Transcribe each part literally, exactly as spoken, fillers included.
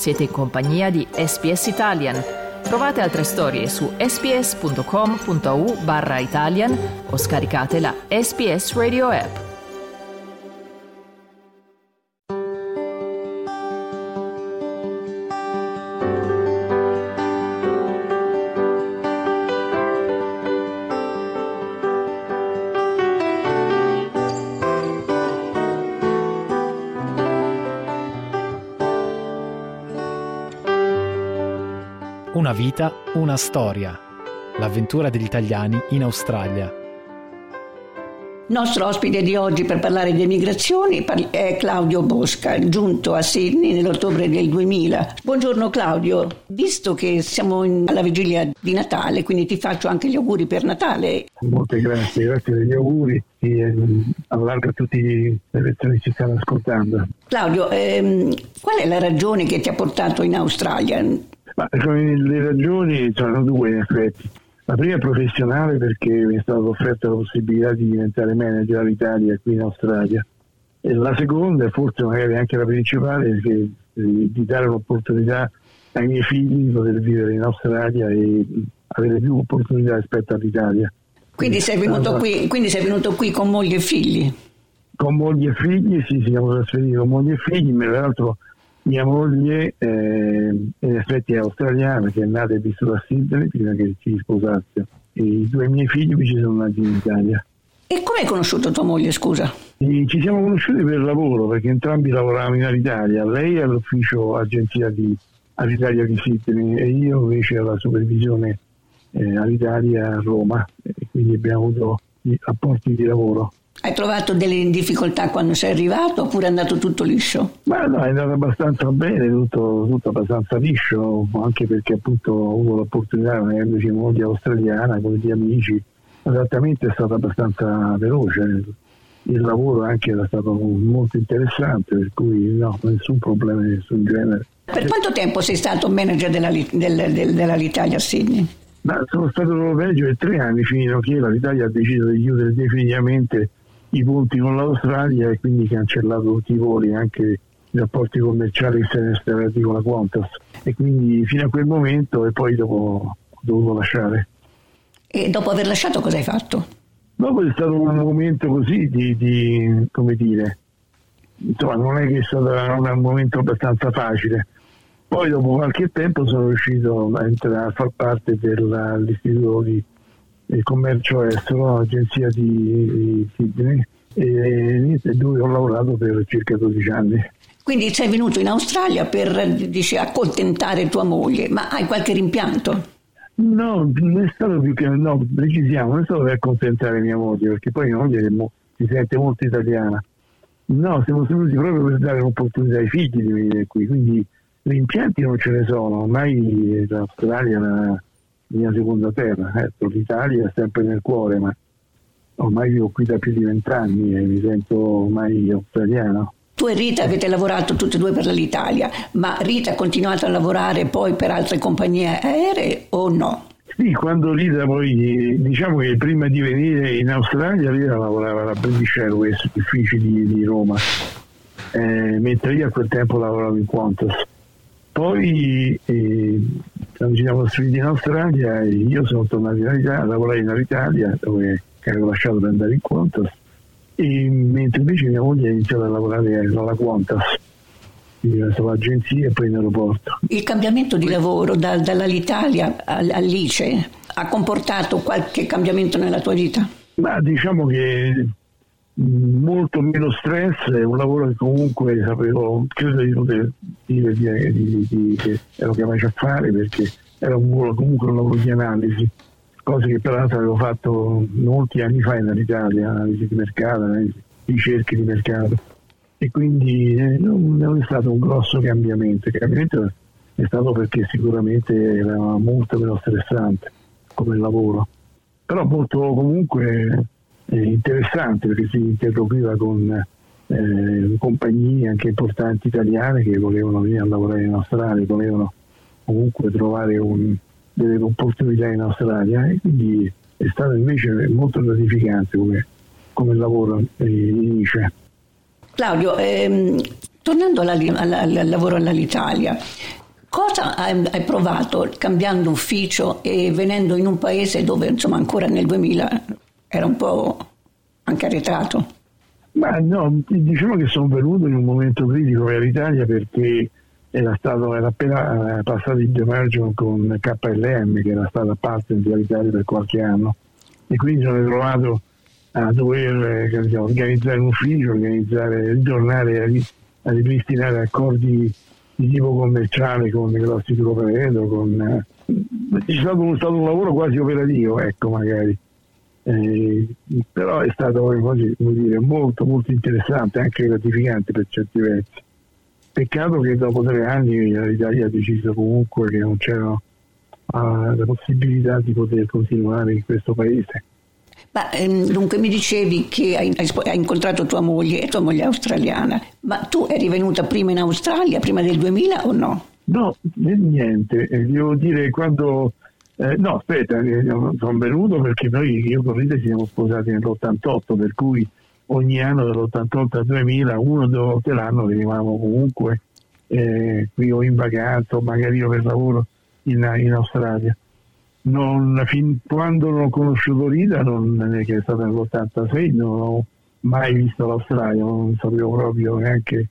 Siete in compagnia di S B S Italian. Trovate altre storie su sbs.com.au barra Italian o scaricate la S B S Radio app. Una vita, una storia. L'avventura degli italiani in Australia. Nostro ospite di oggi per parlare di emigrazioni è Claudio Bosca, giunto a Sydney nell'ottobre del duemila. Buongiorno Claudio, visto che siamo in, alla vigilia di Natale, quindi ti faccio anche gli auguri per Natale. Molte grazie, grazie degli auguri e eh, allargo a tutte le persone che ci stanno ascoltando. Claudio, ehm, qual è la ragione che ti ha portato in Australia? Ma le ragioni sono due in effetti. La prima è professionale, perché mi è stata offerta la possibilità di diventare manager all'Italia qui in Australia, e la seconda, e forse magari anche la principale, è che, di, di dare un'opportunità ai miei figli di poter vivere in Australia e avere più opportunità rispetto all'Italia. Quindi sei venuto qui, quindi sei venuto qui con moglie e figli? Con moglie e figli, sì, siamo trasferiti con moglie e figli, ma tra l'altro mia moglie eh, in effetti è australiana, che è nata e vissuta a Sydney prima che ci sposasse, e i due miei figli qui ci sono nati in Italia. E come hai conosciuto tua moglie, scusa? E ci siamo conosciuti per lavoro, perché entrambi lavoravamo in Alitalia, lei all'ufficio agenzia di Alitalia di Sydney e io invece alla supervisione eh, Alitalia a Roma, e quindi abbiamo avuto rapporti di lavoro. Hai trovato delle difficoltà quando sei arrivato oppure è andato tutto liscio? Ma no, è andato abbastanza bene, tutto, tutto abbastanza liscio, anche perché appunto ho avuto l'opportunità, avendoci moglie australiana, con gli amici, l'adattamento è stato abbastanza veloce, il lavoro anche era stato molto interessante, per cui no, nessun problema di nessun genere. Per quanto tempo sei stato manager della, del, del, dell'Alitalia a Sydney? Ma sono stato manager per tre anni, fino a che l'Alitalia ha deciso di chiudere definitivamente i ponti con l'Australia e quindi cancellato tutti i voli, anche i rapporti commerciali che si erano instaurati con la Qantas, e quindi fino a quel momento, e poi dopo ho dovuto lasciare. E dopo aver lasciato cosa hai fatto? Dopo è stato un momento così di, di come dire, insomma non è che è stato un momento abbastanza facile. Poi dopo qualche tempo sono riuscito a entrare a far parte dell'istituto di il commercio estero, l'agenzia di, di Sydney, e dove ho lavorato per circa dodici anni. Quindi sei venuto in Australia per, dice, accontentare tua moglie, ma hai qualche rimpianto? No, non è stato più che, no, precisiamo, non è stato per accontentare mia moglie, perché poi mia moglie si sente molto italiana. No, siamo venuti proprio per dare un'opportunità ai figli di venire qui, quindi rimpianti non ce ne sono, ormai l'Australia è la mia seconda terra, ecco, l'Italia è sempre nel cuore, ma ormai vivo qui da più di vent'anni e mi sento ormai australiano. Tu e Rita avete lavorato tutti e due per l'Italia, ma Rita ha continuato a lavorare poi per altre compagnie aeree o no? Sì, quando Rita poi, diciamo che prima di venire in Australia, Rita lavorava alla British Airways, uffici di, di Roma, eh, mentre io a quel tempo lavoravo in Qantas. Poi eh, quando ci siamo trasferiti in Australia, io sono tornato in Italia, lavorai in Alitalia, dove ero lasciato per andare in Qantas, e mentre invece mia moglie ha iniziato a lavorare alla Qantas, quindi sull'agenzia e poi in aeroporto. Il cambiamento di lavoro da, dall'Alitalia all'Ice ha comportato qualche cambiamento nella tua vita? Ma diciamo che molto meno stress, è un lavoro che comunque sapevo, credo di poter dire di, di, di, che ero capace a fare, perché era un, comunque un lavoro di analisi, cose che peraltro avevo fatto molti anni fa in Italia, analisi di mercato, analisi, ricerche di mercato, e quindi eh, non, non è stato un grosso cambiamento. Il cambiamento è stato perché sicuramente era molto meno stressante come lavoro, però molto comunque eh, interessante, perché si interloquiva con eh, compagnie anche importanti italiane che volevano venire a lavorare in Australia, volevano comunque trovare un, delle opportunità in Australia, e quindi è stato invece molto gratificante come, come lavoro in Ice. Claudio, ehm, Tornando alla, alla, al lavoro all'Alitalia, cosa hai, hai provato cambiando ufficio e venendo in un paese dove insomma ancora nel duemila era un po' anche arretrato? Ma no, diciamo che sono venuto in un momento critico per l'Italia perché era stato era appena passato il demerger con K L M, che era stata partner dell'Italia per qualche anno, e quindi sono trovato a dover eh, diciamo, organizzare un ufficio, organizzare, ritornare a, a ripristinare accordi di tipo commerciale con i grossi tour operator, con eh, è stato un, stato un lavoro quasi operativo, ecco, magari. Eh, però è stato così, come dire, molto molto interessante, anche gratificante per certi versi. Peccato che dopo tre anni l'Italia ha deciso comunque che non c'era uh, la possibilità di poter continuare in questo paese. Ma ehm, dunque mi dicevi che hai, hai incontrato tua moglie e tua moglie è australiana, ma tu eri venuta prima in Australia, prima del duemila o no? No, niente, eh, devo dire quando... Eh, no, aspetta, eh, sono venuto perché noi, io con Rita, ci siamo sposati nell'ottantotto, per cui ogni anno dall'ottantotto al duemila, uno o due volte l'anno venivamo comunque eh, qui o in vacanza o magari io per lavoro in, in Australia. Non, fin quando non ho conosciuto Rita, non, che è stata nell'ottantasei, non ho mai visto l'Australia, non sapevo proprio neanche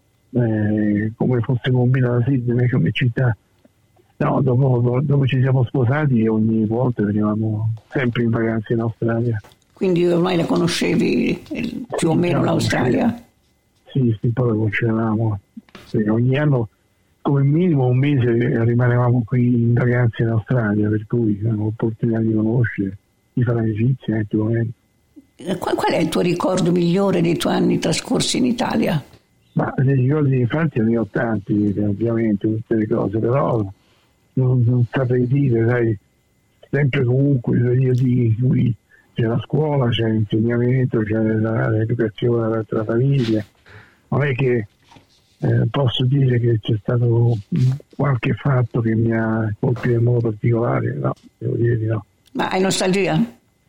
eh, come fosse combinata Sydney come città. No, dopo, dopo ci siamo sposati e ogni volta venivamo sempre in vacanza in Australia. Quindi ormai la conoscevi più o meno l'Australia? Sì, sì, poi la conoscevamo. Sì, ogni anno come minimo un mese rimanevamo qui in vacanza in Australia, per cui avevamo l'opportunità di conoscere, di fare amicizia in quel momento. Qual, qual è il tuo ricordo migliore dei tuoi anni trascorsi in Italia? Ma dei ricordi di infanzia ne ho tanti, ovviamente, tutte le cose, però non, non saprei dire, sai, sempre comunque i periodi in cui c'è la scuola, c'è l'insegnamento, c'è la, l'educazione della famiglia. Non è che eh, posso dire che c'è stato qualche fatto che mi ha colpito in modo particolare, no, devo dire di no. Ma hai nostalgia?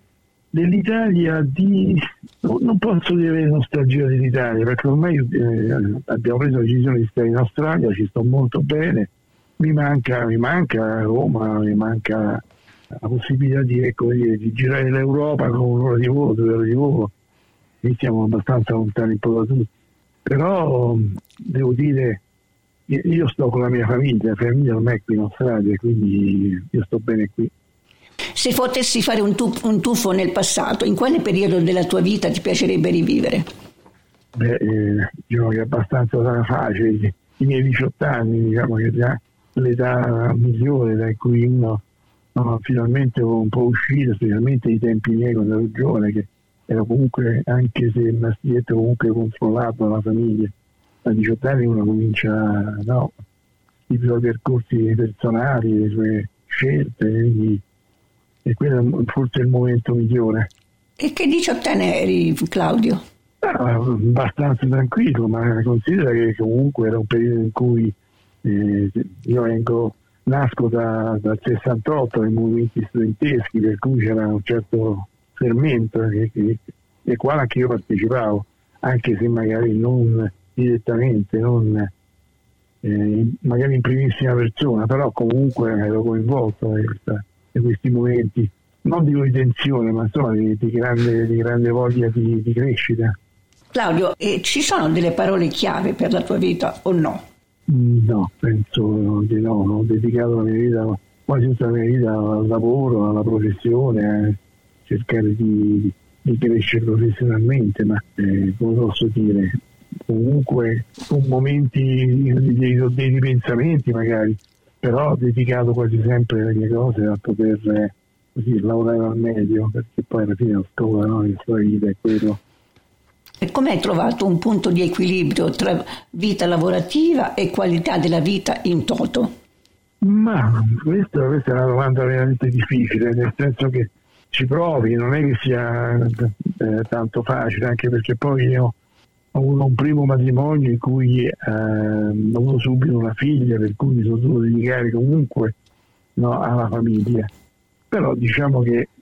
Dell'Italia di... non posso dire nostalgia dell'Italia, perché ormai eh, abbiamo preso la decisione di stare in Australia, ci sto molto bene, mi manca, mi manca Roma, mi manca la possibilità di, ecco, di, di girare l'Europa con un'ora di volo, due ore di volo. Qui siamo abbastanza lontani un po' da tutti, però devo dire io sto con la mia famiglia, la famiglia ormai è qui in Australia, quindi io sto bene qui. Se potessi fare un, tu- un tuffo nel passato, in quale periodo della tua vita ti piacerebbe rivivere? Beh, eh, diciamo che è abbastanza facile, i miei diciotto anni, diciamo che già l'età migliore da cui uno no, finalmente un po' uscire, specialmente ai tempi miei quando ero giovane, che ero comunque, anche se il mastietto comunque controllato dalla famiglia, a diciotto anni uno comincia no, i suoi percorsi personali, le sue scelte, quindi, e quello è forse il momento migliore. E che diciottenne eri, Claudio? Ah, abbastanza tranquillo, ma considera che comunque era un periodo in cui eh, io vengo nasco da, dal sessantotto nei movimenti studenteschi, per cui c'era un certo fermento che, che, e quale anche io partecipavo, anche se magari non direttamente, non eh, magari in primissima persona, però comunque ero coinvolto in, questa, in questi momenti, non dico di tensione, ma insomma di, di, grande, di grande voglia di, di crescita. Claudio, eh, ci sono delle parole chiave per la tua vita o no? No, penso di no, ho dedicato la mia vita, quasi tutta la mia vita al lavoro, alla professione, a cercare di, di crescere professionalmente, ma eh, come posso dire, comunque con momenti di, di, di ripensamenti magari, però ho dedicato quasi sempre le mie cose a poter eh, così, lavorare al meglio, perché poi alla fine lo scopo della nostra vita è quello. E come hai trovato un punto di equilibrio tra vita lavorativa e qualità della vita in toto? Ma questa, questa è una domanda veramente difficile, nel senso che ci provi, non è che sia eh, tanto facile, anche perché poi io ho avuto un primo matrimonio in cui eh, ho avuto subito una figlia, per cui mi sono dovuto dedicare comunque no, alla famiglia. Però diciamo che eh,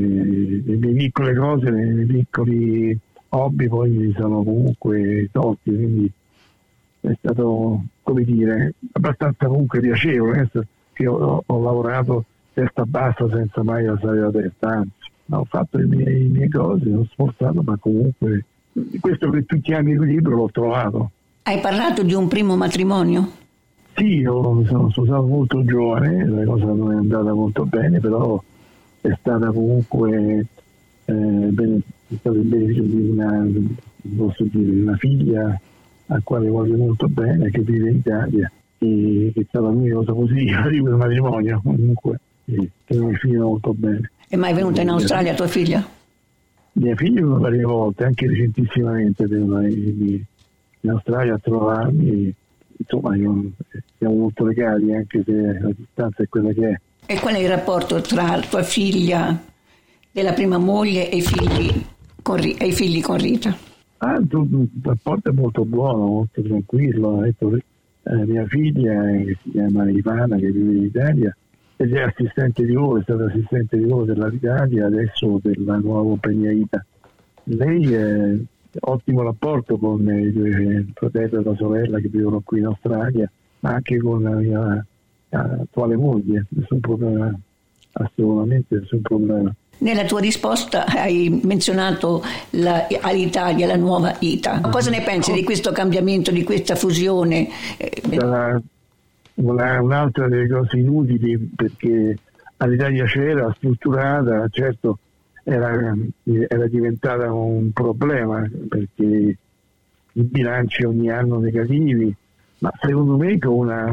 le mie piccole cose, le mie piccoli hobby poi mi sono comunque tolti, quindi è stato, come dire, abbastanza comunque piacevole. Io ho, ho lavorato testa bassa senza mai alzare la testa, anzi, ho fatto le mie, le mie cose, ho sforzato, ma comunque questo che tu chiami equilibrio l'ho trovato. Hai parlato di un primo matrimonio? Sì, io mi sono sposato molto giovane, la cosa non è andata molto bene, però è stata comunque eh, bene, è stato il beneficio di una, posso dire, una figlia al quale voglio molto bene, che vive in Italia, e che è stata l'unica cosa positiva di quel matrimonio, comunque, e che mi fino molto bene. È mai venuta in Australia tua figlia? Mia figlia è venuta varie volte, anche recentissimamente è venuta in Australia a trovarmi. Insomma, io, siamo molto legati, anche se la distanza è quella che è. E qual è il rapporto tra tua figlia della prima moglie e i figli con, e i figli con Rita? Ah, il rapporto è molto buono, molto tranquillo. Detto, eh, mia figlia, che si chiama Ivana, che vive in Italia, ed è assistente di volo, è stata assistente di volo dell'Italia, adesso della nuova compagnia Ita. Lei è ottimo rapporto con i due fratelli e la sorella che vivono qui in Australia, ma anche con la mia attuale moglie, nessun problema, assolutamente nessun problema. Nella tua risposta hai menzionato la, all'Italia la nuova Ita. Cosa ne pensi di questo cambiamento, di questa fusione? Sarà un'altra delle cose inutili, perché all'Italia c'era strutturata, certo era, era diventata un problema perché i bilanci ogni anno negativi, ma secondo me con una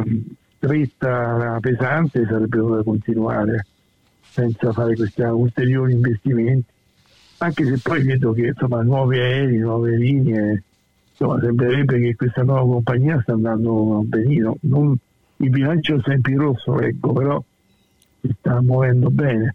stretta pesante sarebbe dovuta continuare senza fare questi ulteriori investimenti, anche se poi vedo che insomma nuovi aerei, nuove linee, insomma sembrerebbe che questa nuova compagnia sta andando benino. Non, il bilancio è sempre in rosso, ecco, però si sta muovendo bene.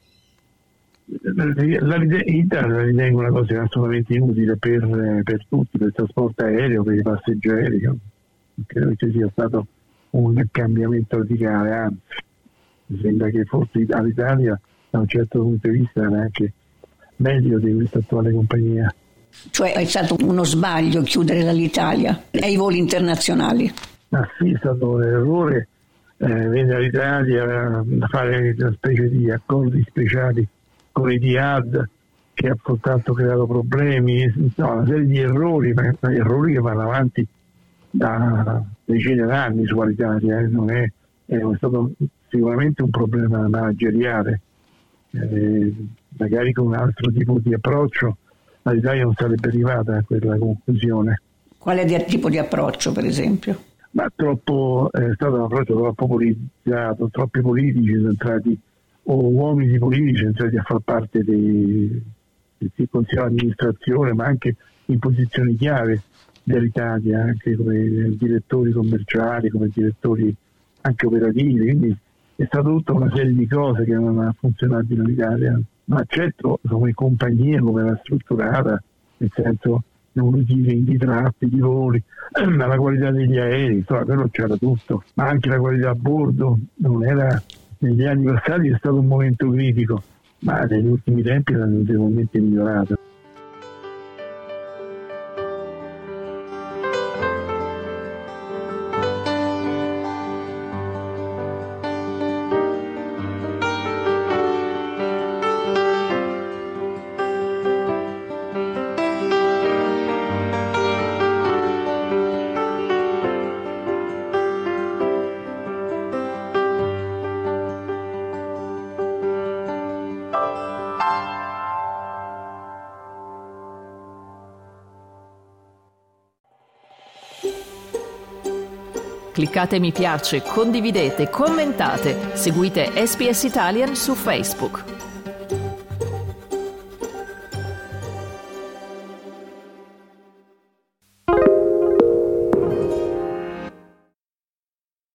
La Ita la ritengo una cosa assolutamente inutile per, per tutti, per il trasporto aereo, per i passeggeri. Credo che sia stato un cambiamento radicale, anzi mi sembra che forse all'Italia da un certo punto di vista era anche meglio di questa attuale compagnia. Cioè è stato uno sbaglio chiudere dall'Italia e i voli internazionali? Ma sì, è stato un errore eh, venire all'Italia a fare una specie di accordi speciali con i Etihad, che ha soltanto creato problemi, no, una serie di errori, ma errori che vanno avanti da decine d'anni su Alitalia, eh, non è, è stato sicuramente un problema manageriale, eh, magari con un altro tipo di approccio l'Italia non sarebbe arrivata a quella conclusione. Quale di, tipo di approccio, per esempio? Ma troppo, è stato un approccio troppo politizzato, troppi politici sono entrati, o uomini politici sono entrati a far parte dei, del consiglio di amministrazione, ma anche in posizioni chiave dell'Italia, anche come direttori commerciali, come direttori anche operativi, quindi è stata tutta una serie di cose che non ha funzionato in Italia, ma certo come compagnia, come era strutturata, nel senso numero di, di tratti, di voli, ma la qualità degli aerei, insomma, quello c'era tutto, ma anche la qualità a bordo non era, negli anni passati è stato un momento critico, ma negli ultimi tempi era notevolmente migliorato. Cliccate mi piace, condividete, commentate, seguite S B S Italian su Facebook.